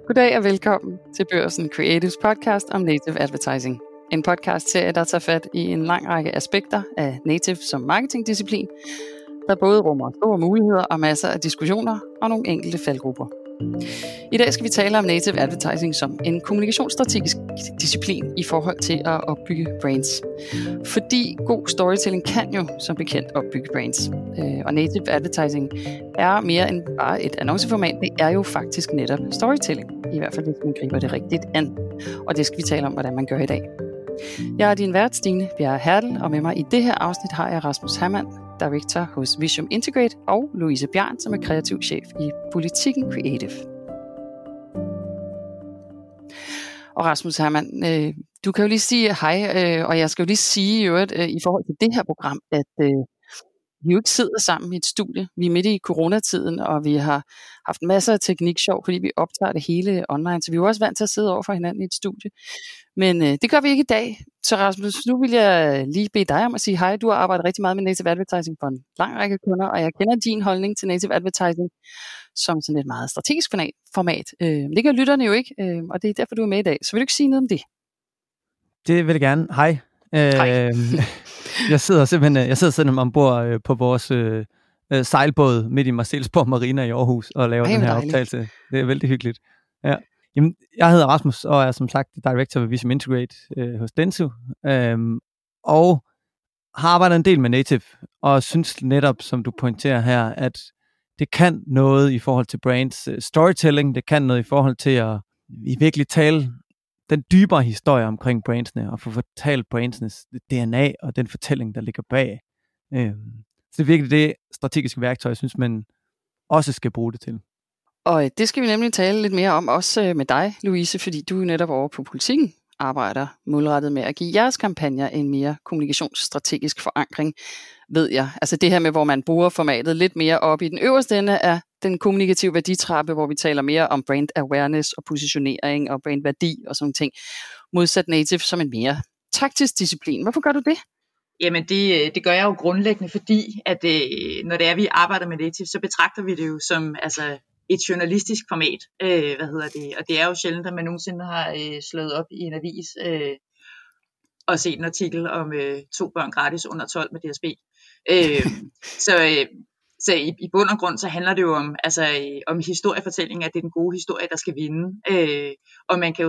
Goddag og velkommen til Børsen Creatives podcast om native advertising. En podcast-serie, der tager fat i en lang række aspekter af native som marketingdisciplin, der både rummer store muligheder og masser af diskussioner og nogle enkelte faldgrupper. I dag skal vi tale om native advertising som en kommunikationsstrategisk disciplin i forhold til at opbygge brands. Fordi god storytelling kan jo som bekendt opbygge brands. Og native advertising er mere end bare et annonceformat. Det er jo faktisk netop storytelling. I hvert fald hvis man griber det rigtigt an. Og det skal vi tale om, hvordan man gør i dag. Jeg er din vært, Stine Bjerre Hertel, og med mig i det her afsnit har jeg Rasmus Hermann, Director hos Visium Integrate, og Louise Bjørn, som er kreativ chef i Politikken Creative. Og Rasmus Hermann, du kan jo lige sige hej, og jeg skal jo lige sige i forhold til det her program, at vi jo ikke sidder sammen i et studie. Vi er midt i coronatiden, og vi har haft masser af tekniksjov, fordi vi optager det hele online, så vi er jo også vant til at sidde over for hinanden i et studie. Men det gør vi ikke i dag. Så Rasmus, nu vil jeg lige bede dig om at sige hej. Du har arbejdet rigtig meget med native advertising for en lang række kunder, og jeg kender din holdning til native advertising som sådan et meget strategisk format. Men det gør lytterne jo ikke, og det er derfor, du er med i dag. Så vil du ikke sige noget om det? Det vil jeg gerne. Hej. Hej. Jeg sidder simpelthen ombord på vores sejlbåd midt i Marselisborg Marina i Aarhus og laver den her optagelse. Det er vældig hyggeligt. Ja. Jamen, jeg hedder Rasmus og er som sagt director ved Visium Integrate hos Dentsu, og har arbejdet en del med native, og synes netop, som du pointerer her, at det kan noget i forhold til brands storytelling, det kan noget i forhold til at virkelig tale den dybere historie omkring brandsene, og få fortalt brandsnes DNA og den fortælling, der ligger bag. Så det er virkelig det strategiske værktøj, jeg synes, man også skal bruge det til. Og det skal vi nemlig tale lidt mere om, også med dig, Louise, fordi du netop over på Politikken arbejder målrettet med at give jeres kampagner en mere kommunikationsstrategisk forankring, ved jeg. Altså det her med, hvor man bruger formatet lidt mere op i den øverste ende af den kommunikative værditrappe, hvor vi taler mere om brand awareness og positionering og brand værdi og sådan ting, modsat native som en mere taktisk disciplin. Hvorfor gør du det? Jamen det gør jeg jo grundlæggende, fordi at når det er, vi arbejder med native, så betragter vi det jo som et journalistisk format, og det er jo sjældent, at man nogensinde har slået op i en avis og set en artikel om 2 børn gratis under 12 med DSB. Så i bund og grund, så handler det jo om historiefortælling, at det er den gode historie, der skal vinde. Og man kan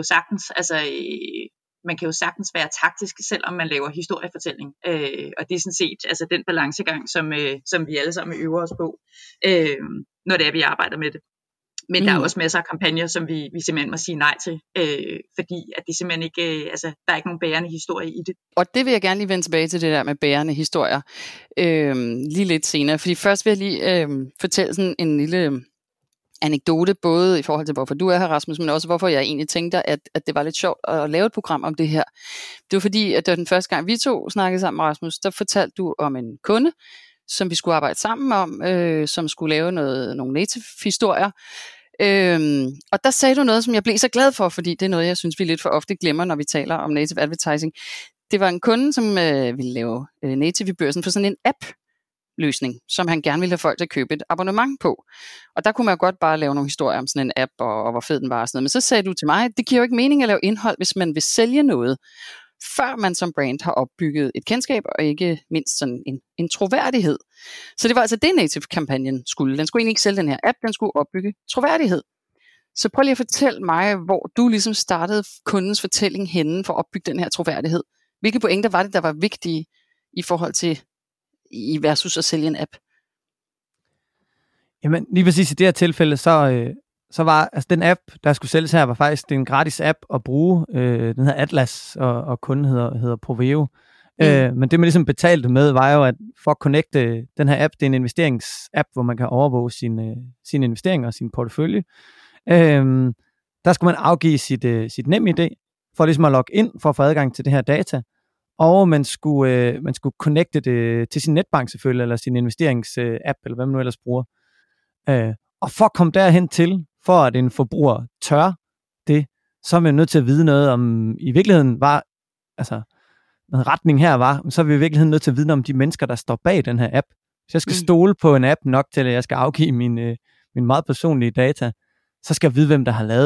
jo sagtens være taktisk, selvom man laver historiefortælling. Og det er sådan set den balancegang, som vi alle sammen øver os på, når det er, vi arbejder med det. Men der er også masser af kampagner, som vi simpelthen må sige nej til, fordi at det simpelthen ikke, der er ikke nogen bærende historie i det. Og det vil jeg gerne lige vende tilbage til, det der med bærende historier, lige lidt senere. Fordi først vil jeg lige fortælle sådan en lille anekdote, både i forhold til, hvorfor du er her, Rasmus, men også hvorfor jeg egentlig tænkte, at det var lidt sjovt at lave et program om det her. Det var fordi, at det var den første gang, vi to snakkede sammen, Rasmus, der fortalte du om en kunde, som vi skulle arbejde sammen om, som skulle lave nogle native-historier. Og der sagde du noget, som jeg blev så glad for, fordi det er noget, jeg synes, vi lidt for ofte glemmer, når vi taler om native advertising. Det var en kunde, som ville lave native i børsen for sådan en app-løsning, som han gerne ville have folk til at købe et abonnement på. Og der kunne man jo godt bare lave nogle historier om sådan en app, og hvor fed den var og sådan noget. Men så sagde du til mig, at det giver jo ikke mening at lave indhold, hvis man vil sælge noget, før man som brand har opbygget et kendskab, og ikke mindst sådan en troværdighed. Så det var altså det, native-kampagnen skulle. Den skulle egentlig ikke sælge den her app, den skulle opbygge troværdighed. Så prøv lige at fortælle mig, hvor du ligesom startede kundens fortælling henne for at opbygge den her troværdighed. Hvilke pointer var det, der var vigtige i forhold til versus at sælge en app? Jamen lige præcis i det her tilfælde, så var den app, der skulle sælges her, var faktisk en gratis app at bruge. Den hedder Atlas, og kunden hedder Proveo. Men det man ligesom betalte med, var jo, at for at connecte den her app, det er en investeringsapp, hvor man kan overvåge sine investeringer og sin portefølje. Der skulle man afgive sit NemID, for ligesom at logge ind, for at få adgang til det her data. Og man skulle connecte det til sin netbank selvfølgelig, eller sin investeringsapp, eller hvad man nu ellers bruger. Og for at komme derhen til, for at en forbruger tør det, så er man nødt til at vide noget om, i virkeligheden var, en retning her var, så er vi i virkeligheden nødt til at vide om de mennesker, der står bag den her app. Så jeg skal stole på en app nok til, at jeg skal afgive min meget personlige data, så skal jeg vide, hvem der har lavet den,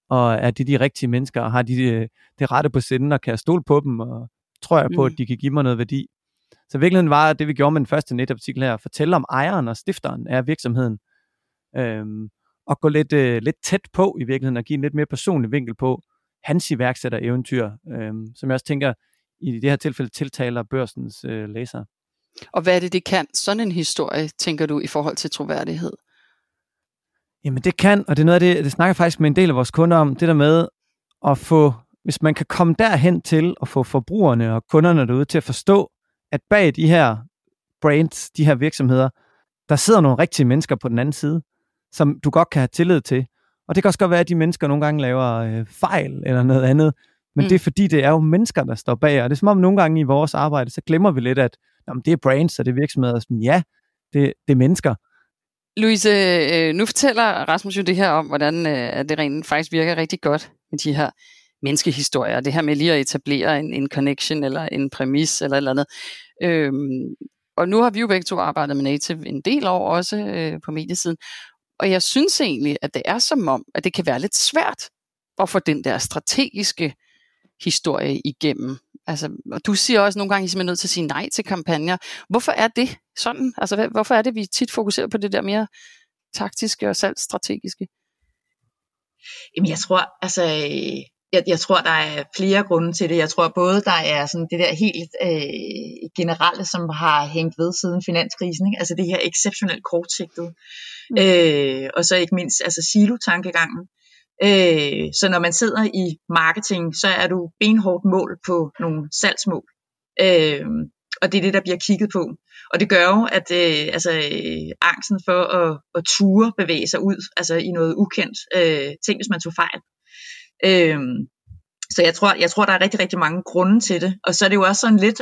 og er de rigtige mennesker, og har de det rette på sinden, og kan jeg stole på dem, og tror jeg på, at de kan give mig noget værdi. Så virkeligheden var, at det vi gjorde med den første netartikel her, at fortælle om ejeren og stifteren af virksomheden, og gå lidt tæt på i virkeligheden, og give en lidt mere personlig vinkel på hans iværksættereventyr, som jeg også tænker, i det her tilfælde tiltaler børsens læsere. Og hvad er det kan, sådan en historie, tænker du, i forhold til troværdighed? Jamen det kan, og det er noget af det snakker jeg faktisk med en del af vores kunder om, det der med at få, hvis man kan komme derhen til at få forbrugerne og kunderne derude til at forstå, at bag de her brands, de her virksomheder, der sidder nogle rigtige mennesker på den anden side, som du godt kan have tillid til. Og det kan også godt være, at de mennesker nogle gange laver fejl eller noget andet, men det er fordi, det er jo mennesker, der står bag, og det er som om nogle gange i vores arbejde, så glemmer vi lidt, at det er brands, og det er virksomheder, sådan, ja, det er mennesker. Louise, nu fortæller Rasmus jo det her om, hvordan det rent faktisk virker rigtig godt med de her menneskehistorier. Det her med lige at etablere en connection eller en præmis eller et eller andet. Og nu har vi jo begge to arbejdet med Native en del år også på mediesiden. Og jeg synes egentlig, at det er som om, at det kan være lidt svært at få den der strategiske historie igennem. Altså, og du siger også nogle gange, at I er nødt til at sige nej til kampagner. Hvorfor er det sådan? Altså, hvorfor er det, vi tit fokuserer på det der mere taktiske og salgsstrategiske? Jamen, jeg tror, der er flere grunde til det. Jeg tror både, der er sådan det der helt generelle, som har hængt ved siden finanskrisen, ikke? Altså det her exceptionelt kortsigtet. Og så ikke mindst altså silo-tankegangen. Så når man sidder i marketing, så er du benhårdt mål på nogle salgsmål. Og det er det, der bliver kigget på. Og det gør jo, at angsten for at ture bevæge sig ud altså i noget ukendt. Tænk, hvis man tog fejl. Så jeg tror, der er rigtig, rigtig mange grunde til det. Og så er det jo også sådan lidt,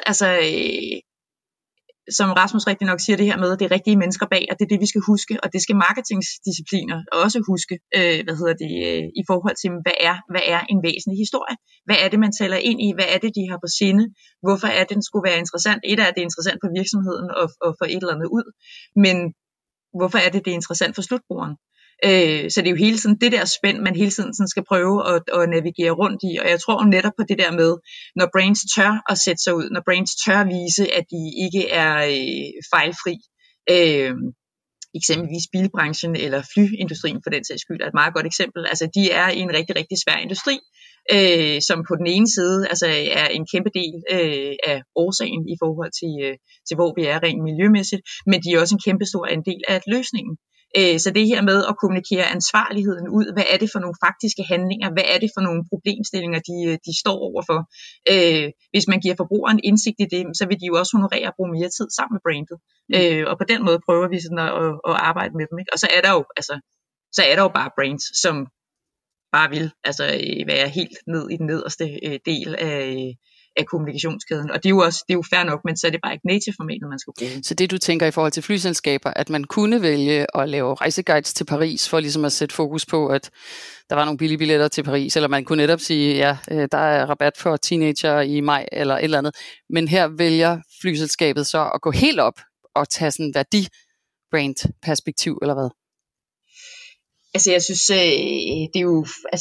som Rasmus rigtig nok siger det her med, at det er rigtige mennesker bag, og det er det, vi skal huske, og det skal marketingsdiscipliner også huske, i forhold til, hvad er en væsentlig historie? Hvad er det, man taler ind i? Hvad er det, de har på sinde? Hvorfor er det, den skulle være interessant? Et er, at det er interessant for virksomheden og få et eller andet ud, men hvorfor er det, det er interessant for slutbrugeren? Så det er jo hele tiden det der spænd, man hele tiden sådan skal prøve at navigere rundt i, og jeg tror netop på det der med, når brands tør at sætte sig ud, når brands tør at vise, at de ikke er fejlfri, eksempelvis bilbranchen eller flyindustrien for den sags skyld er et meget godt eksempel. Altså de er i en rigtig, rigtig svær industri, som på den ene side altså er en kæmpe del af årsagen i forhold til hvor vi er rent miljømæssigt, men de er også en kæmpe stor del af løsningen. Så det her med at kommunikere ansvarligheden ud, hvad er det for nogle faktiske handlinger, hvad er det for nogle problemstillinger, de står overfor. Hvis man giver forbrugeren indsigt i det, så vil de jo også honorere at bruge mere tid sammen med brandet. Og på den måde prøver vi sådan at arbejde med dem. Ikke? Og så er der jo bare brands, som bare vil være helt ned i den nederste del af kommunikationskæden. Og det er jo fair nok, men så er det bare ikke native-formatet, man skal bruge. Så det du tænker i forhold til flyselskaber, at man kunne vælge at lave rejseguides til Paris, for ligesom at sætte fokus på, at der var nogle billige billetter til Paris, eller man kunne netop sige, ja, der er rabat for teenager i maj, eller et eller andet. Men her vælger flyselskabet så at gå helt op og tage sådan en værdi-brand-perspektiv, eller hvad? Altså jeg synes, det er jo,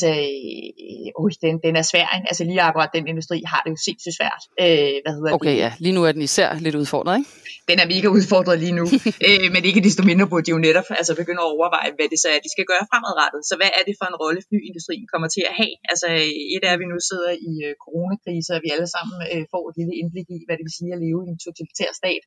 den er svær. Altså lige akkurat den industri har det jo sindssygt svært. Okay, ja. Lige nu er den især lidt udfordret, ikke? Den er mega udfordret lige nu. Men ikke desto mindre burde de jo netop begynde at overveje, hvad det så er, de skal gøre fremadrettet. Så hvad er det for en rolle flyindustrien kommer til at have? Altså et er, at vi nu sidder i coronakrise, og vi alle sammen får et lille indblik i, hvad det vil sige at leve i en totalitær stat.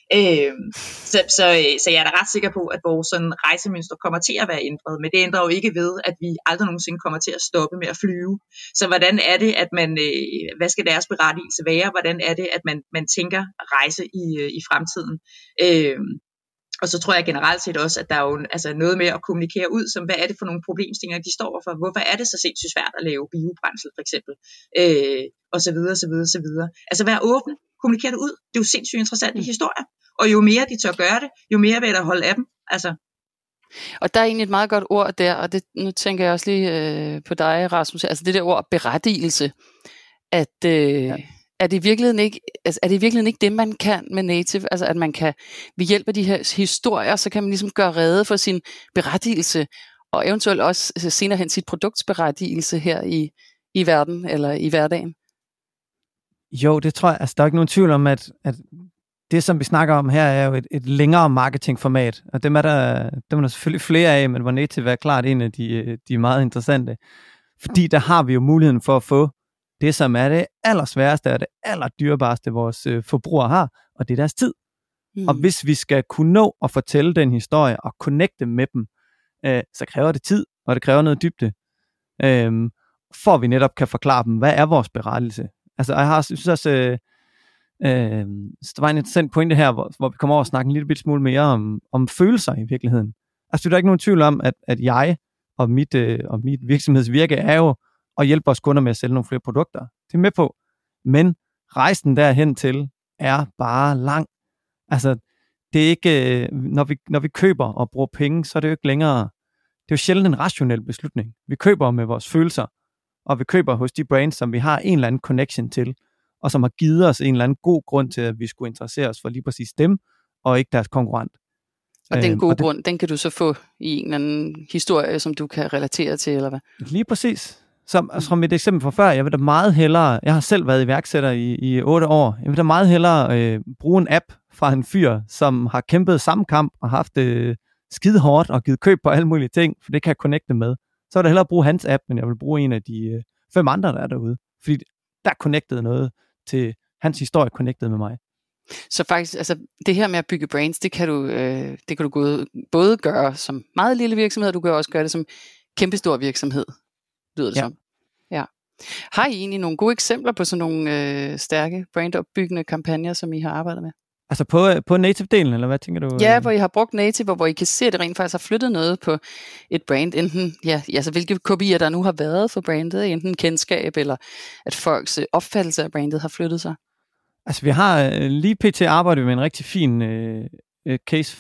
Så jeg er da ret sikker på, at vores sådan rejsemønster kommer til at være ændret. Men det ændrer jo ikke ved, at vi aldrig nogensinde kommer til at stoppe med at flyve. Så hvordan er det, at man, hvad skal deres berettigelse være? Hvordan er det, at man tænker rejse i fremtiden? Og så tror jeg generelt set også, at der er jo noget med at kommunikere ud, som hvad er det for nogle problemstillinger, de står for? Hvorfor er det så sindssygt svært at lave biobrændsel, for eksempel? Og så videre, så videre, så videre. Altså vær åben, kommunikere det ud. Det er jo sindssygt interessante historier. Og jo mere de tør gøre det, jo mere vil der holde af dem. Altså. Og der er egentlig et meget godt ord der, og det, nu tænker jeg også lige på dig, Rasmus, altså det der ord berettigelse, at er det i virkeligheden ikke det, man kan med native, altså at man kan ved hjælp af de her historier, så kan man ligesom gøre rede for sin berettigelse, og eventuelt også senere hen sit produktsberettigelse her i verden eller i hverdagen? Jo, det tror jeg. Altså, der er ikke nogen tvivl om, at det, som vi snakker om her, er jo et længere marketingformat, og dem er der selvfølgelig flere af, men hvor Native er klart en af de meget interessante. Fordi der har vi jo muligheden for at få det, som er det allersværeste og det allerdyrebareste, vores forbrugere har, og det er deres tid. Og hvis vi skal kunne nå at fortælle den historie og connecte med dem, så kræver det tid, og det kræver noget dybde, for vi netop kan forklare dem, hvad er vores berettelse. Altså, jeg synes også, der var en interessant pointe her, hvor vi kommer over og snakke en lille smule mere om følelser i virkeligheden. Altså, der er ikke nogen tvivl om, at jeg og mit virksomhedsvirke er jo at hjælpe vores kunder med at sælge nogle flere produkter. Det er med på. Men rejsen derhen til er bare lang. Altså, det er ikke, når vi køber og bruger penge, så er det jo ikke længere, det er jo sjældent en rationel beslutning. Vi køber med vores følelser, og vi køber hos de brands, som vi har en eller anden connection til, og som har givet os en eller anden god grund til, at vi skulle interessere os for lige præcis dem, og ikke deres konkurrent. Og den gode grund, den kan du så få i en eller anden historie, som du kan relatere til, eller hvad? Lige præcis. Som et eksempel fra før, jeg vil da meget hellere, jeg har selv været iværksætter i 8 år, jeg vil da meget hellere bruge en app fra en fyr, som har kæmpet samme kamp og haft det skide hårdt og givet køb på alle mulige ting, for det kan jeg connecte med. Så vil jeg hellere bruge hans app, men jeg vil bruge en af de 5 andre, der er derude. Fordi der connectede noget til hans historie, connectede med mig. Så faktisk, altså det her med at bygge brands, det kan du både gøre som meget lille virksomhed, og du kan også gøre det som kæmpestor virksomhed, lyder det som. Ja. Har I egentlig nogle gode eksempler på sådan nogle stærke brandopbyggende kampagner, som I har arbejdet med? Altså på native-delen, eller hvad tænker du? Ja, hvor I har brugt native, og hvor I kan se, at det rent faktisk har flyttet noget på et brand, enten, altså hvilke kopier der nu har været for brandet, enten kendskab, eller at folks opfattelse af brandet har flyttet sig. Altså vi har lige pt. arbejdet med en rigtig fin case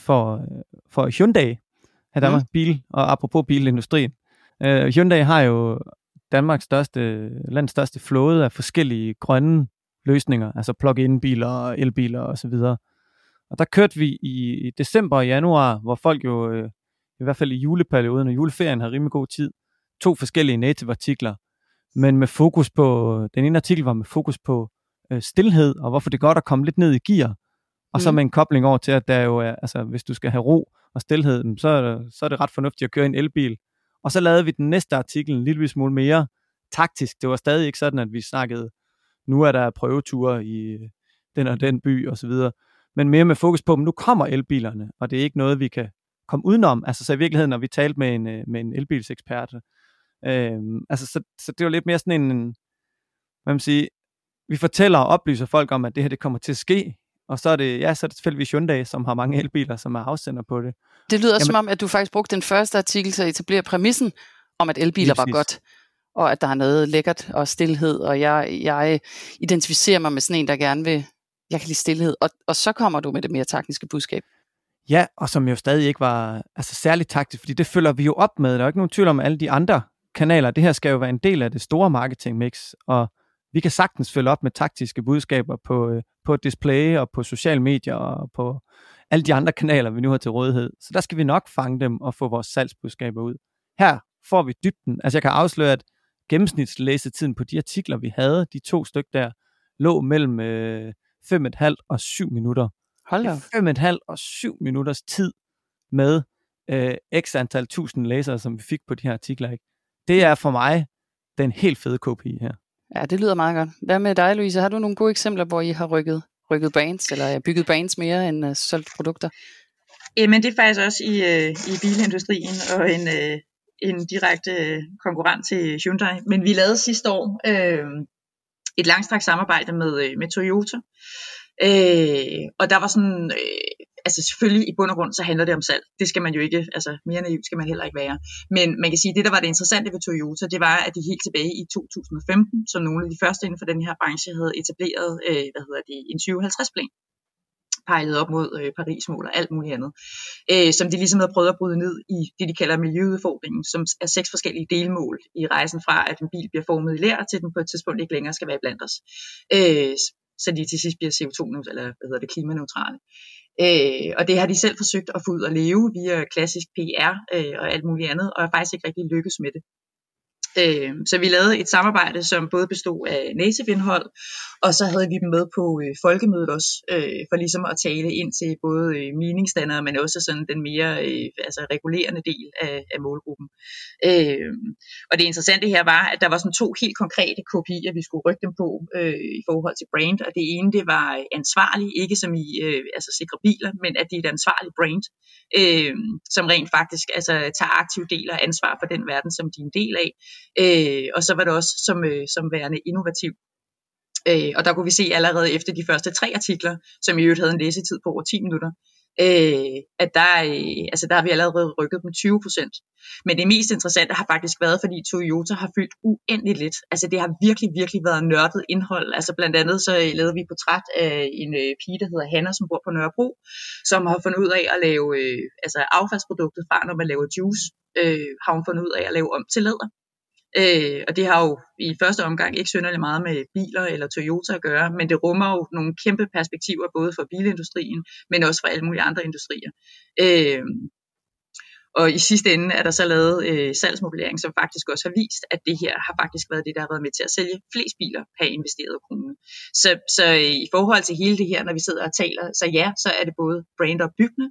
for Hyundai, her Danmark bil, og apropos bilindustrien. Hyundai har jo landets største flåde af forskellige grønne løsninger, altså plug-in biler, elbiler og så videre. Og der kørte vi i december og januar, hvor folk jo, i hvert fald i juleperioden og juleferien, havde rimelig god tid, 2 forskellige native artikler, men med fokus på, den ene artikel var med fokus på stilhed, og hvorfor det er godt at komme lidt ned i gear, og så med en kobling over til, at der jo er, altså hvis du skal have ro og stilhed, så er det ret fornuftigt at køre en elbil. Og så lavede vi den næste artikel en lille smule mere taktisk. Det var stadig ikke sådan, at vi snakkede, nu er der prøveture i den og den by og så videre, men mere med fokus på, at nu kommer elbilerne, og det er ikke noget, vi kan komme udenom. Altså så i virkeligheden, når vi talte med en elbilsekspert, så det var lidt mere sådan en, hvad man siger, vi fortæller og oplyser folk om, at det her det kommer til at ske, og så er det selvfølgelig Hyundai, som har mange elbiler, som er afsender på det. Det lyder som om, at du faktisk brugte den første artikel til at etablere præmissen om, at elbiler var godt, og at der er noget lækkert og stilhed, og jeg identificerer mig med sådan en, der gerne vil, jeg kan lide stilhed, og så kommer du med det mere taktiske budskab. Ja, og som jo stadig ikke var særligt taktisk, fordi det følger vi jo op med. Der er ikke nogen tvivl om alle de andre kanaler. Det her skal jo være en del af det store marketingmix, og vi kan sagtens følge op med taktiske budskaber på display og på sociale medier og på alle de andre kanaler, vi nu har til rådighed. Så der skal vi nok fange dem og få vores salgsbudskaber ud. Her får vi dybden. Altså jeg kan afsløre, at gennemsnitslæsetiden på de artikler, vi havde, de 2 stykker der, lå mellem 5,5 og 7 minutter. Hold da. 5,5 og 7 minutters tid med x antal 1000 læsere, som vi fik på de her artikler. Ikke? Det er for mig den helt fede KPI her. Ja, det lyder meget godt. Hvad med dig, Louise? Har du nogle gode eksempler, hvor I har rykket brands, eller bygget brands mere end solgt produkter? Men det er faktisk også i bilindustrien, og en direkte konkurrent til Hyundai. Men vi lavede sidste år et langstrakt samarbejde med Toyota. Og der var sådan, altså selvfølgelig i bund og grund, så handler det om salg. Det skal man jo ikke, altså mere naivt skal man heller ikke være. Men man kan sige, at det der var det interessante ved Toyota, det var, at de helt tilbage i 2015, som nogle af de første inden for den her branche, havde etableret, en 2050-plan. Pejlet op mod Paris-mål og alt muligt andet. Som de ligesom havde prøvet at bryde ned i det, de kalder miljøudfordringen, som er 6 forskellige delmål i rejsen fra, at en bil bliver formet i ler, til den på et tidspunkt ikke længere skal være blandt os. så de til sidst bliver klimaneutrale. Og det har de selv forsøgt at få ud at leve via klassisk PR og alt muligt andet, og er faktisk ikke rigtig lykkes med det. Så vi lavede et samarbejde, som både bestod af native-indhold, og så havde vi dem med på folkemødet også, for ligesom at tale ind til både meningsdannere, men også sådan den mere regulerende del af målgruppen. Og det interessante her var, at der var sådan 2 helt konkrete KPI'er, vi skulle rykke dem på i forhold til brand, og det ene, det var ansvarlig, ikke som i sikre biler, men at det er et ansvarligt brand, som rent faktisk tager aktiv del og ansvar for den verden, som de er en del af. Og så var det også som værende innovativ. Og der kunne vi se allerede efter de første 3 artikler, som i øvrigt havde en læsetid på over 10 minutter, at der har vi allerede rykket dem 20%. Men det mest interessante har faktisk været, fordi Toyota har fyldt uendeligt lidt. Altså det har virkelig, virkelig været nørdet indhold. Altså blandt andet så lavede vi portræt af en pige, der hedder Hanna, som bor på Nørrebro, som har fundet ud af at lave affaldsproduktet fra, når man laver juice, har hun fundet ud af at lave om til læder. Og det har jo i første omgang ikke synderligt meget med biler eller Toyota at gøre, men det rummer jo nogle kæmpe perspektiver, både for bilindustrien, men også for alle mulige andre industrier. Og i sidste ende er der så lavet salgsmodellering, som faktisk også har vist, at det her har faktisk været det, der har været med til at sælge flest biler per investeret krone. Så i forhold til hele det her, når vi sidder og taler, så er det både brandopbyggende,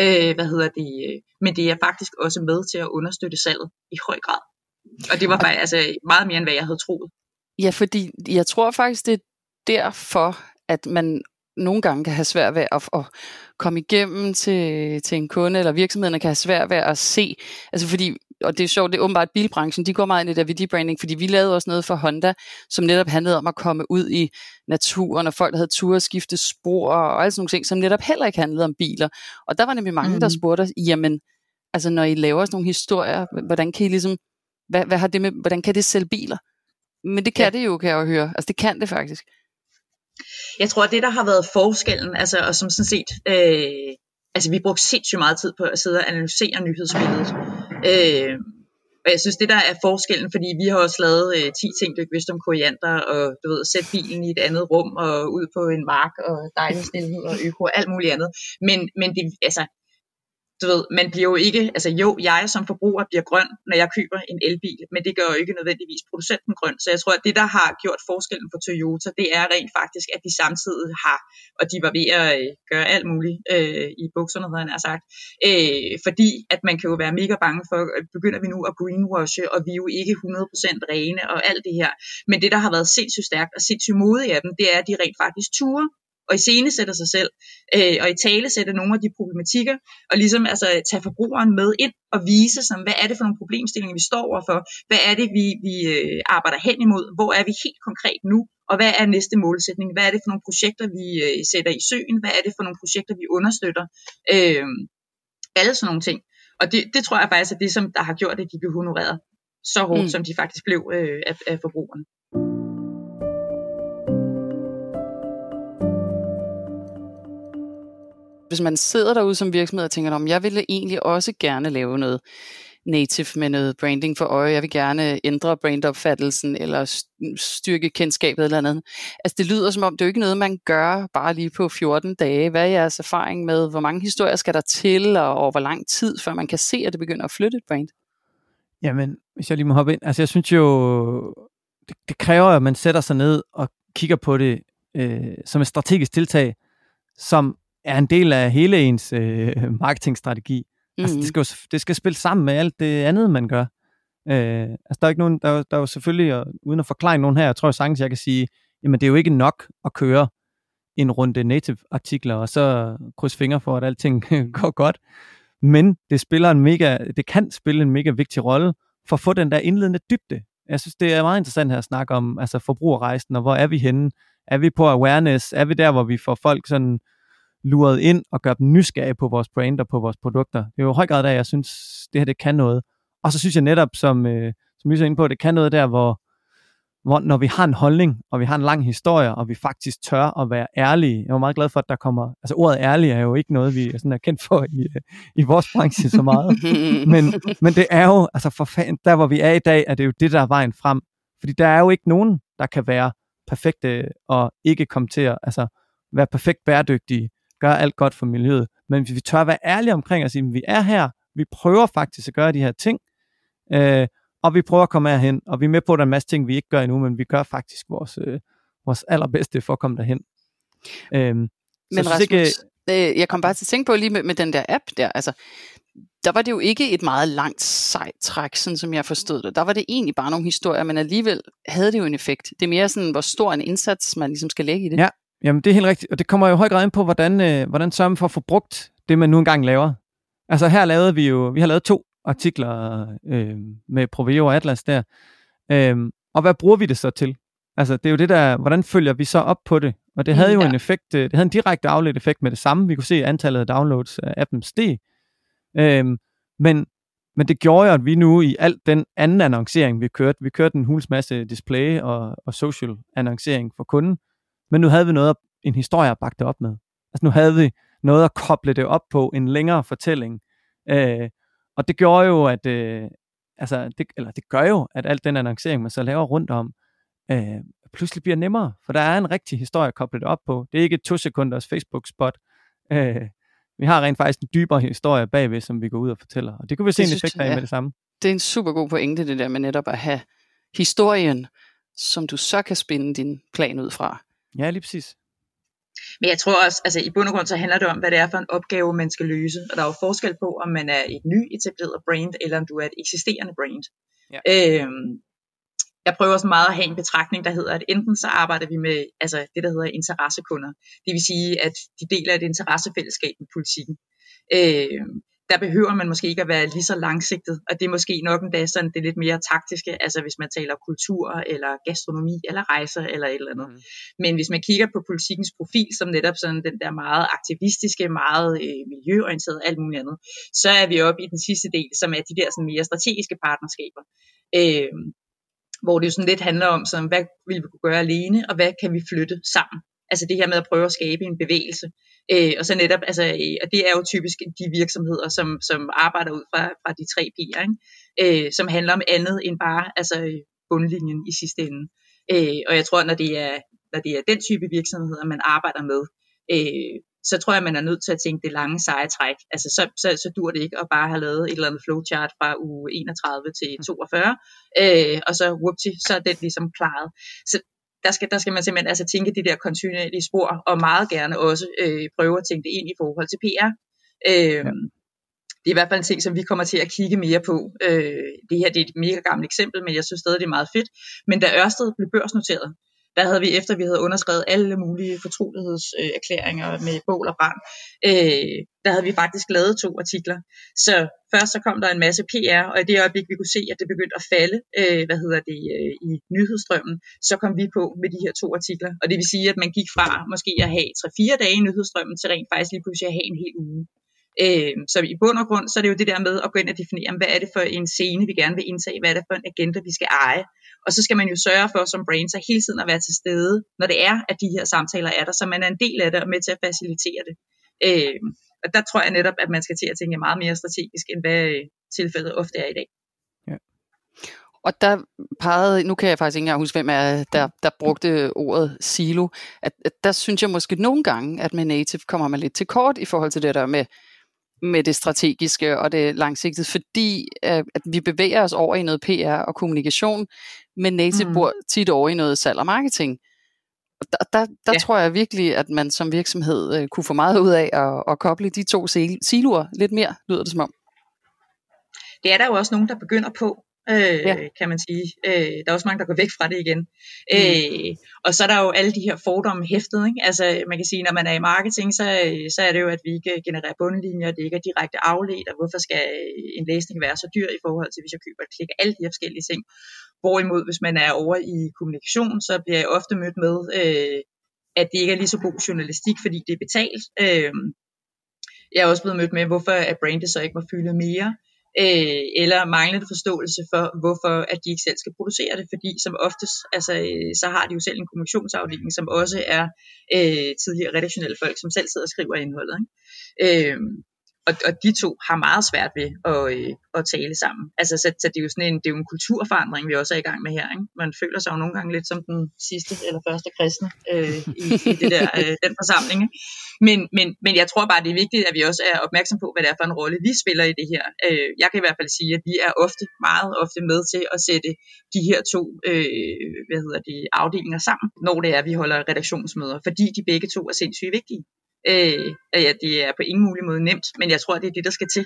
men det er faktisk også med til at understøtte salget i høj grad. Og det var faktisk meget mere, end hvad jeg havde troet. Ja, fordi jeg tror faktisk, det er derfor, at man nogle gange kan have svært ved at komme igennem til en kunde, eller virksomheden kan have svært ved at se. Altså fordi, og det er sjovt, det er åbenbart bilbranchen, de går meget ind i det VD-branding, fordi vi lavede også noget for Honda, som netop handlede om at komme ud i naturen, og folk, der havde tur at skifte spor, og alle sådan nogle ting, som netop heller ikke handlede om biler. Og der var nemlig mange, der spurgte os, jamen, altså når I laver sådan nogle historier, hvordan kan I ligesom, hvad har det med, hvordan kan det sælge biler? Men det kan det jo, kan jeg jo høre. Altså det kan det faktisk. Jeg tror, at det, der har været forskellen, og som sådan set, vi brugte sindssygt meget tid på at sidde og analysere nyhedsbilledet. Og jeg synes, det der er forskellen, fordi vi har også lavet 10 ting, du ikke vidste om koriander, og du ved, sætte bilen i et andet rum, og ud på en mark, og dejlig stilhed, og øko, og alt muligt andet. Men det, du ved, man bliver jo ikke, jeg som forbruger bliver grøn, når jeg køber en elbil, men det gør jo ikke nødvendigvis producenten grøn. Så jeg tror, at det, der har gjort forskellen for Toyota, det er rent faktisk, at de samtidig har, og de var ved at gøre alt muligt i bukserne, havde han sagt, fordi at man kan jo være mega bange for, at begynder vi nu at greenwashe, og vi er jo ikke 100% rene og alt det her. Men det, der har været sindssygt stærkt og sindssygt modigt af dem, det er, at de rent faktisk turer og iscenesætter sig selv, og i tale sætter nogle af de problematikker, og ligesom tage forbrugeren med ind og vise, sådan, hvad er det for nogle problemstillinger, vi står overfor, hvad er det, vi arbejder hen imod, hvor er vi helt konkret nu, og hvad er næste målsætning, hvad er det for nogle projekter, vi sætter i søen, hvad er det for nogle projekter, vi understøtter, alle sådan nogle ting. Og det tror jeg faktisk er det, som der har gjort, at de blev honoreret så hårdt, som de faktisk blev af forbrugerne. Hvis man sidder derude som virksomhed og tænker, jeg ville egentlig også gerne lave noget native med noget branding for øje, jeg vil gerne ændre brandopfattelsen eller styrke kendskabet eller andet. Altså det lyder som om, det er jo ikke noget, man gør bare lige på 14 dage. Hvad er jeres erfaring med, hvor mange historier skal der til, og over hvor lang tid, før man kan se, at det begynder at flytte et brand? Jamen, hvis jeg lige må hoppe ind. Altså jeg synes jo, det kræver, at man sætter sig ned og kigger på det som et strategisk tiltag, som er en del af hele ens marketingstrategi. Altså, det skal spille sammen med alt det andet, man gør. Der er ikke nogen, der er jo selvfølgelig, og uden at forklare nogen her, jeg tror sagtens, jeg kan sige, jamen det er jo ikke nok at køre en runde native artikler, og så krydse fingre for, at alting går godt. Men det kan spille en mega vigtig rolle for at få den der indledende dybde. Jeg synes, det er meget interessant her at snakke om forbrugerrejsen, og hvor er vi henne? Er vi på awareness? Er vi der, hvor vi får folk sådan luret ind og gør dem nysgerrige på vores brand og på vores produkter? Det er jo i høj grad der, jeg synes, det her det kan noget. Og så synes jeg netop, som Lisa er inde på, det kan noget der, hvor når vi har en holdning, og vi har en lang historie, og vi faktisk tør at være ærlige. Jeg er meget glad for, at der kommer, ordet ærlig er jo ikke noget, vi sådan er kendt for i vores branche så meget. men det er jo, for fanden, der hvor vi er i dag, er det jo det, der er vejen frem. Fordi der er jo ikke nogen, der kan være perfekte og ikke komme til at være perfekt bæredygtige, gøre alt godt for miljøet, men vi tør være ærlige omkring at sige, at vi er her, vi prøver faktisk at gøre de her ting, og vi prøver at komme herhen, og vi er med på, at der er en masse ting, vi ikke gør endnu, men vi gør faktisk vores allerbedste for at komme derhen. Men Rasmus, jeg kom bare til at tænke på lige med den der app der, altså, der var det jo ikke et meget langt sejt træk, sådan som jeg forstod det. Der var det egentlig bare nogle historier, men alligevel havde det jo en effekt. Det er mere sådan, hvor stor en indsats man ligesom skal lægge i det. Ja, jamen det er helt rigtigt, og det kommer jo i høj grad ind på, hvordan sørger man for at få brugt det, man nu engang laver. Altså her lavede vi har lavet 2 artikler med Proveo og Atlas der, og hvad bruger vi det så til? Altså det er jo det der, hvordan følger vi så op på det? Og det havde jo en effekt, det havde en direkte afledt effekt med det samme. Vi kunne se, at antallet af downloads af appen steg. Men det gjorde jo, at vi nu i al den anden annoncering, vi kørte en hulens masse display og social annoncering for kunden, men nu havde vi en historie at bakke det op med. Altså nu havde vi noget at koble det op på, en længere fortælling. Og det gjorde jo, at det gør jo, at al den annoncering, man så laver rundt om, pludselig bliver nemmere, for der er en rigtig historie at koble det op på. Det er ikke et 2 sekunders Facebook-spot. Vi har rent faktisk en dybere historie bagved, som vi går ud og fortæller. Og det kunne vi se en effekt af med det samme. Det er en super god pointe, det der med netop at have historien, som du så kan spænde din plan ud fra. Ja, lige præcis. Men jeg tror også, altså i bund og grund så handler det om, hvad det er for en opgave, man skal løse. Og der er jo forskel på, om man er et nyetableret brand, eller om du er et eksisterende brand. Ja. Jeg prøver så meget at have en betragtning, der hedder, at enten så arbejder vi med det, der hedder interessekunder. Det vil sige, at de deler et interessefællesskab med politikken. Der behøver man måske ikke at være lige så langsigtet, og det er måske nok endda sådan det lidt mere taktiske, altså hvis man taler kultur, eller gastronomi, eller rejser, eller et eller andet. Men hvis man kigger på politikkens profil, som netop sådan den der meget aktivistiske, meget miljøorienterede, alt muligt andet, så er vi oppe i den sidste del, som er de der sådan mere strategiske partnerskaber. Hvor det jo sådan lidt handler om, sådan, hvad vil vi kunne gøre alene, og hvad kan vi flytte sammen? Altså det her med at prøve at skabe en bevægelse. Og så netop, og det er jo typisk de virksomheder, som arbejder ud fra de 3 P'er, ikke? Som handler om andet end bare bundlinjen i sidste ende. Og jeg tror, når det er den type virksomheder, man arbejder med, så tror jeg, man er nødt til at tænke det lange seje træk. Altså så dur det ikke at bare have lavet et eller andet flowchart fra uge 31 til 42, og så whoopty, så er den ligesom klaret. Så der skal man simpelthen tænke de der kontinuerlige spor, og meget gerne også prøve at tænke det ind i forhold til PR. Det er i hvert fald en ting, som vi kommer til at kigge mere på. Det her det er et mega gammelt eksempel, men jeg synes stadig, det er meget fedt. Men da Ørsted blev børsnoteret, der havde vi, efter vi havde underskrevet alle mulige fortrolighedserklæringer med bål og brand, der havde vi faktisk lavet 2 artikler. Så først så kom der en masse PR, og i det øjeblik vi kunne se, at det begyndte at falde, i nyhedsstrømmen, så kom vi på med de her 2 artikler. Og det vil sige, at man gik fra måske at have 3-4 dage i nyhedsstrømmen, til rent faktisk lige pludselig at have en hel uge. Så i bund og grund, så er det jo det der med at gå ind og definere, hvad er det for en scene, vi gerne vil indtage, hvad er det for en agenda, vi skal eje. Og så skal man jo sørge for som brand, så hele tiden at være til stede, når det er, at de her samtaler er der, så man er en del af det og med til at facilitere det. Og der tror jeg netop, at man skal til at tænke meget mere strategisk, end hvad tilfældet ofte er i dag. Ja. Og der pegede, nu kan jeg faktisk ikke engang huske, hvem er der brugte ordet silo, at der synes jeg måske nogle gange, at med native kommer man lidt til kort i forhold til det der med det strategiske og det langsigtede, fordi at vi bevæger os over i noget PR og kommunikation, men native bor tit over i noget salg og marketing. Der tror jeg virkelig, at man som virksomhed kunne få meget ud af at koble de 2 siloer lidt mere, lyder det som om. Det er der jo også nogen, der begynder på. Kan man sige. Der er også mange, der går væk fra det igen. Og så er der jo alle de her fordomme hæftet, ikke? Altså man kan sige, når man er i marketing, så er det jo, at vi ikke genererer bundlinjer, det ikke er direkte afledt, og hvorfor skal en læsning være så dyr i forhold til, hvis jeg køber et klik, alle de her forskellige ting. Hvorimod, hvis man er over i kommunikation, så bliver jeg ofte mødt med, at det ikke er lige så god journalistik, fordi det er betalt. Jeg er også blevet mødt med, hvorfor at brandet så ikke må fylde mere. Eller manglende forståelse for, hvorfor at de ikke selv skal producere det, fordi som oftest, så har de jo selv en kommunikationsafdeling, som også er tidligere redaktionelle folk, som selv sidder og skriver indholdet, ikke? Og de to har meget svært ved at tale sammen. Altså, så det er jo sådan det er jo en kulturforandring, vi også er i gang med her. Ikke? Man føler sig jo nogle gange lidt som den sidste eller første kristne i det der, den forsamling. Ikke? Men jeg tror bare, det er vigtigt, at vi også er opmærksom på, hvad det er for en rolle, vi spiller i det her. Jeg kan i hvert fald sige, at vi er meget ofte med til at sætte de her to afdelinger sammen, når det er, vi holder redaktionsmøder, fordi de begge to er sindssygt vigtige. Det er på ingen mulig måde nemt, men jeg tror, det er det, der skal til.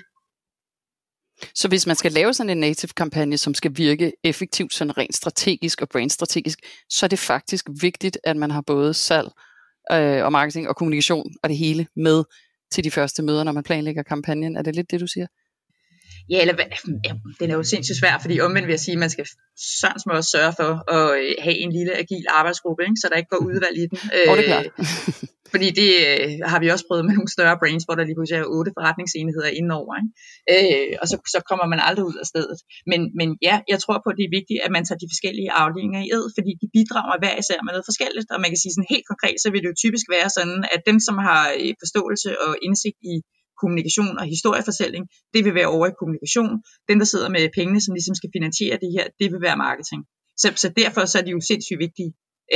Så hvis man skal lave sådan en native-kampagne, som skal virke effektivt, sådan rent strategisk og brandstrategisk, så er det faktisk vigtigt, at man har både salg og marketing og kommunikation og det hele med til de første møder, når man planlægger kampagnen. Er det lidt det, du siger? Ja, den er jo sindssygt svær, fordi omvendt vil jeg sige, at man skal sådan også sørge for at have en lille agil arbejdsgruppe, ikke? Så der ikke går udvalg i den. Det er klart. Fordi det har vi også prøvet med nogle større brands, hvor der lige pludselig er 8 forretningsenheder indenover. Ikke? Og så kommer man aldrig ud af stedet. Men ja, jeg tror på, at det er vigtigt, at man tager de forskellige afdelinger i ed, fordi de bidrager hver især med noget forskelligt. Og man kan sige sådan helt konkret, så vil det jo typisk være sådan, at dem, som har forståelse og indsigt i kommunikation og historiefortælling, det vil være over i kommunikation. Den, der sidder med pengene, som ligesom skal finansiere det her, det vil være marketing. Så derfor så er de jo sindssygt vigtige.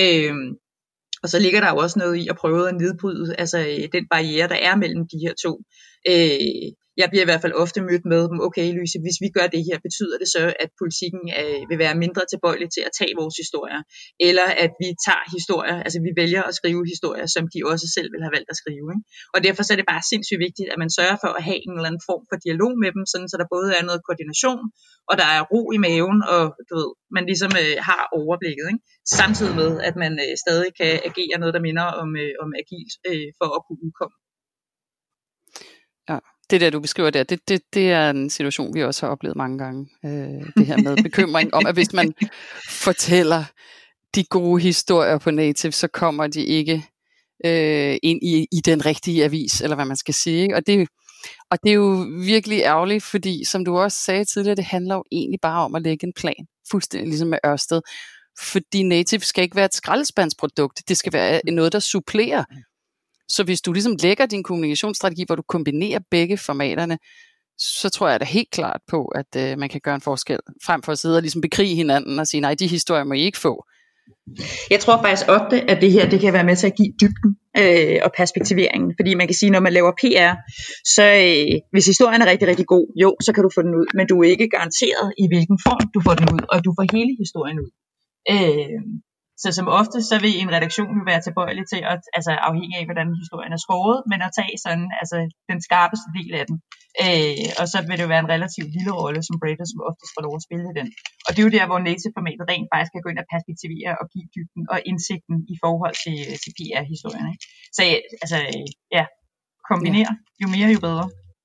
Og så ligger der jo også noget i at prøve at nedbryde den barriere, der er mellem de her to. Jeg bliver i hvert fald ofte mødt med dem, okay Louise, hvis vi gør det her, betyder det så, at politikken vil være mindre tilbøjelig til at tage vores historier, eller at vi tager historier, altså vi vælger at skrive historier, som de også selv vil have valgt at skrive. Ikke? Og derfor så er det bare sindssygt vigtigt, at man sørger for at have en eller anden form for dialog med dem, sådan så der både er noget koordination, og der er ro i maven, og du ved, man ligesom har overblikket, ikke? Samtidig med, at man stadig kan agere noget, der minder om agilt, for at kunne udkomme. Ja. Det der, du beskriver der, det er en situation, vi også har oplevet mange gange. Det her med bekymring om, at hvis man fortæller de gode historier på native, så kommer de ikke ind i den rigtige avis, eller hvad man skal sige. Ikke? Og det er jo virkelig ærgerligt, fordi som du også sagde tidligere, det handler jo egentlig bare om at lægge en plan, fuldstændig ligesom med Ørsted. Fordi native skal ikke være et skraldespandsprodukt, det skal være noget, der supplerer. Så hvis du ligesom lægger din kommunikationsstrategi, hvor du kombinerer begge formaterne, så tror jeg da helt klart på, at man kan gøre en forskel, frem for at sidde og ligesom bekrige hinanden og sige, nej, de historier må I ikke få. Jeg tror faktisk ofte, at det her det kan være med til at give dybden og perspektiveringen. Fordi man kan sige, når man laver PR, så hvis historien er rigtig, rigtig god, jo, så kan du få den ud. Men du er ikke garanteret, i hvilken form du får den ud, og du får hele historien ud. Så som ofte, så vil en redaktion jo være tilbøjelig til, at, altså afhængig af, hvordan historien er skåret, men at tage sådan, altså den skarpeste del af den. Og så vil det jo være en relativt lille rolle, som Brader, som oftest får lov at spille den. Og det er jo der, hvor native-formatet rent faktisk kan gå ind og perspektivere og give dybden og indsigten i forhold til PR-historien. Ikke? Så altså, ja, kombinere. Jo mere, jo bedre.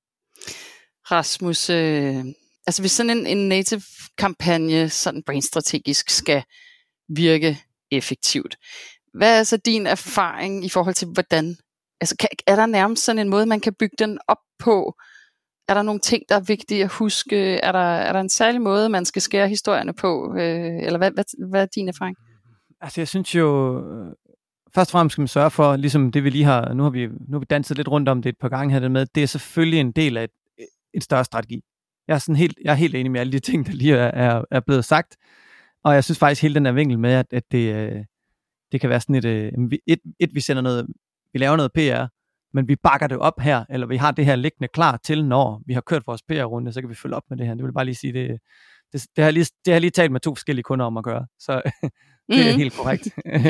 Rasmus, altså hvis sådan en native-kampagne, sådan brainstrategisk, skal virke effektivt. Hvad er så din erfaring i forhold til, hvordan, altså er der nærmest sådan en måde, man kan bygge den op på? Er der nogle ting, der er vigtige at huske? Er der en særlig måde, man skal skære historierne på? Eller hvad er din erfaring? Altså jeg synes jo, først og fremmest skal man sørge for, ligesom det vi lige har, nu har vi danset lidt rundt om det et par gange her, det med, det er selvfølgelig en del af et større strategi. Jeg er helt enig med alle de ting, der lige er blevet sagt. Og jeg synes faktisk hele den her vinkel med, at det kan være sådan vi sender noget, vi laver noget PR, men vi bakker det op her, eller vi har det her liggende klar til, når vi har kørt vores PR-runde, så kan vi følge op med det her. Det vil jeg bare lige sige, det har jeg lige talt med 2 forskellige kunder om at gøre, så det er helt korrekt.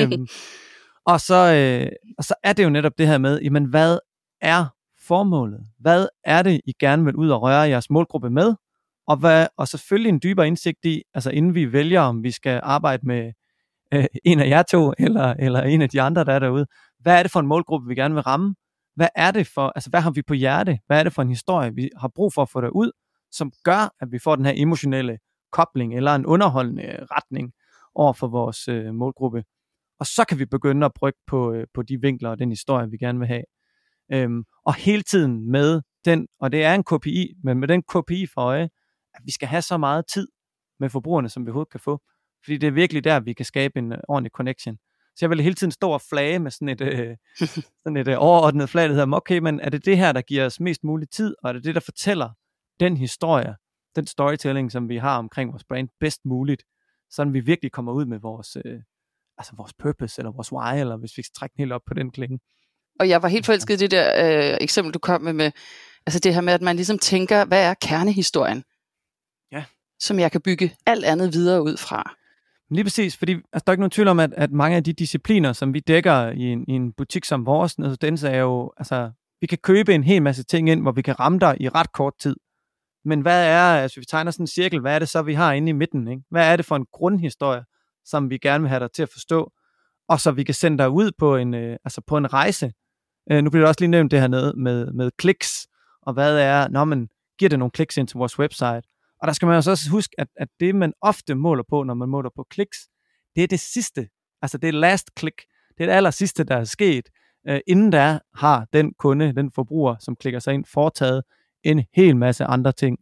Og så er det jo netop det her med, jamen hvad er formålet? Hvad er det, I gerne vil ud og røre jeres målgruppe med? Og selvfølgelig en dybere indsigt i, altså inden vi vælger, om vi skal arbejde med en af jer 2, eller en af de andre, der er derude. Hvad er det for en målgruppe, vi gerne vil ramme? Hvad er det for, altså hvad har vi på hjerte? Hvad er det for en historie, vi har brug for at få derud, som gør, at vi får den her emotionelle kobling, eller en underholdende retning over for vores målgruppe? Og så kan vi begynde at brygge på de vinkler og den historie, vi gerne vil have. Og hele tiden med den, og det er en KPI, men med den KPI for øje, at vi skal have så meget tid med forbrugerne, som vi overhovedet kan få. Fordi det er virkelig der, vi kan skabe en ordentlig connection. Så jeg vil hele tiden stå og flage med sådan et overordnet flag, der hedder, okay, men er det her, der giver os mest mulig tid, og er det der fortæller den historie, den storytelling, som vi har omkring vores brand bedst muligt, sådan vi virkelig kommer ud med vores purpose, eller vores why, eller hvis vi skal trække den helt op på den klinge. Og jeg var helt forelsket i det der eksempel, du kom med, altså det her med, at man ligesom tænker, hvad er kernehistorien? Ja. Som jeg kan bygge alt andet videre ud fra. Lige præcis, fordi der er ikke nogen tvivl om, at mange af de discipliner, som vi dækker i en butik som vores, den er jo, altså, vi kan købe en hel masse ting ind, hvor vi kan ramme dig i ret kort tid. Men hvad er, altså vi tegner sådan en cirkel, hvad er det så, vi har inde i midten? Ikke? Hvad er det for en grundhistorie, som vi gerne vil have dig til at forstå, og så vi kan sende dig ud på en rejse. Nu bliver det også lige nævnt det her med kliks, og hvad er, når man giver det nogle kliks ind til vores website. Og der skal man også huske, at det man ofte måler på, når man måler på kliks, det er det sidste, altså det er last click, det er det aller sidste, der er sket, inden der har den kunde, den forbruger, som klikker sig ind, foretaget en hel masse andre ting.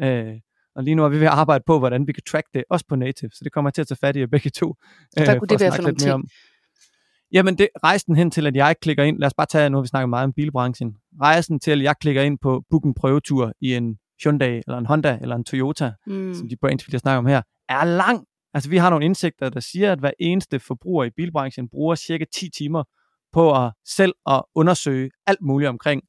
Og lige nu er vi ved at arbejde på, hvordan vi kan track det, også på native, så det kommer til at tage fat i begge to. Hvad kunne det være for nogle ting? Jamen, rejsen hen til, at jeg klikker ind, lad os bare tage, nu vi snakker meget om bilbranchen, rejsen til, at jeg klikker ind på book en prøvetur i en Hyundai, eller en Honda, eller en Toyota, som de brands, vi snakker om her, er lang. Altså, vi har nogle indsigter, der siger, at hver eneste forbruger i bilbranchen bruger cirka 10 timer på at selv at undersøge alt muligt omkring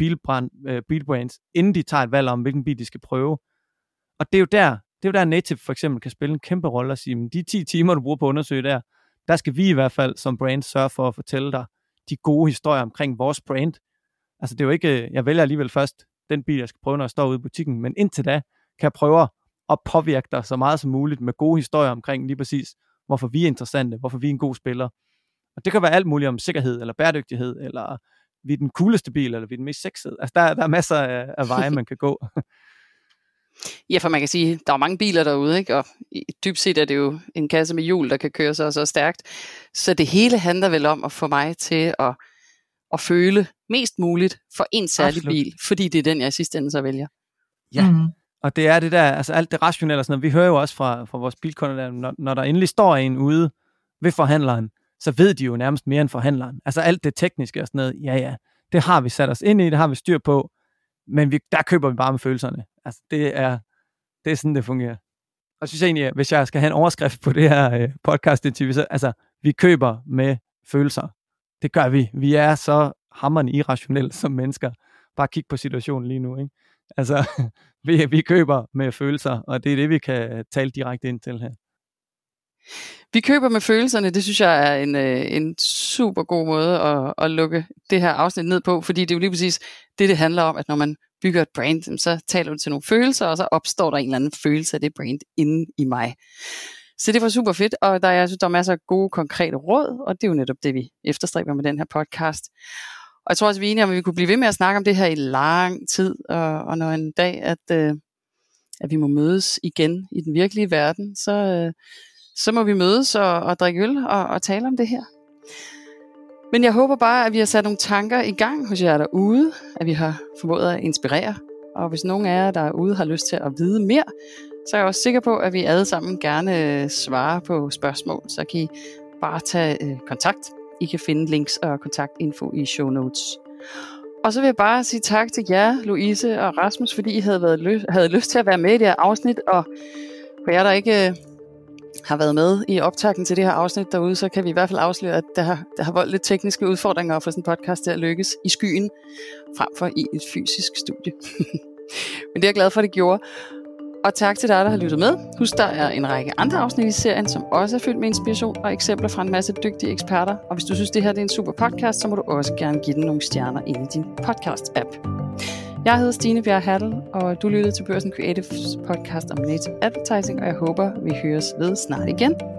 bilbrands, inden de tager et valg om, hvilken bil de skal prøve. Og det er jo der native for eksempel kan spille en kæmpe rolle og sige, men de 10 timer, du bruger på at undersøge der skal vi i hvert fald som brand sørge for at fortælle dig de gode historier omkring vores brand. Altså det er jo ikke, jeg vælger alligevel først den bil, jeg skal prøve, når jeg står ude i butikken, men indtil da kan jeg prøve at påvirke dig så meget som muligt med gode historier omkring lige præcis, hvorfor vi er interessante, hvorfor vi er en god spiller. Og det kan være alt muligt om sikkerhed, eller bæredygtighed, eller vi er den cooleste bil, eller vi er den mest sexede. Altså der er masser af veje, man kan gå. Ja, for man kan sige, der er mange biler derude, ikke? Og dybt set er det jo en kasse med hjul, der kan køre sig så stærkt. Så det hele handler vel om at få mig til at føle mest muligt for en særlig bil, fordi det er den, jeg i sidste ende så vælger. Ja, og det er det der, altså alt det rationelle og sådan noget. Vi hører jo også fra vores bilkunder, når der endelig står en ude ved forhandleren, så ved de jo nærmest mere end forhandleren. Altså alt det tekniske og sådan noget, ja, det har vi sat os ind i, det har vi styr på, men der køber vi bare med følelserne. Altså det er sådan, det fungerer. Og jeg synes egentlig, at hvis jeg skal have en overskrift på det her podcast-interview, så altså, vi køber med følelser. Det gør vi. Vi er så hamrende irrationelle som mennesker. Bare kig på situationen lige nu, ikke? Altså, vi køber med følelser, og det er det, vi kan tale direkte ind til her. Vi køber med følelserne, det synes jeg er en super god måde at lukke det her afsnit ned på, fordi det er jo lige præcis det handler om, at når man bygger et brand, så taler du til nogle følelser, og så opstår der en eller anden følelse af det brand inde i mig. Så det var super fedt, og jeg synes, der er masser af gode, konkrete råd, og det er jo netop det, vi efterstræber med den her podcast. Og jeg tror også, vi er enige om, at vi kunne blive ved med at snakke om det her i lang tid, og når en dag, at vi må mødes igen i den virkelige verden, så må vi mødes og drikke øl og tale om det her. Men jeg håber bare, at vi har sat nogle tanker i gang hos jer derude, at vi har formået at inspirere. Og hvis nogen af jer derude har lyst til at vide mere, så er jeg også sikker på, at vi alle sammen gerne svarer på spørgsmål. Så kan I bare tage kontakt. I kan finde links og kontaktinfo i show notes. Og så vil jeg bare sige tak til jer, Louise og Rasmus, fordi I havde lyst til at være med i det her afsnit. Og for jer, der ikke har været med i optakten til det her afsnit derude, så kan vi i hvert fald afsløre, at der har voldt lidt tekniske udfordringer for sådan en podcast til at lykkes i skyen, frem for i et fysisk studie. Men det er jeg glad for, at det gjorde. Og tak til dig, der har lyttet med. Husk, der er en række andre afsnit i serien, som også er fyldt med inspiration og eksempler fra en masse dygtige eksperter. Og hvis du synes, det her er en super podcast, så må du også gerne give den nogle stjerner ind i din podcast-app. Jeg hedder Stine Bjerg Hattel, og du lyttede til Børsen Creatives podcast om native advertising, og jeg håber, vi høres ved snart igen.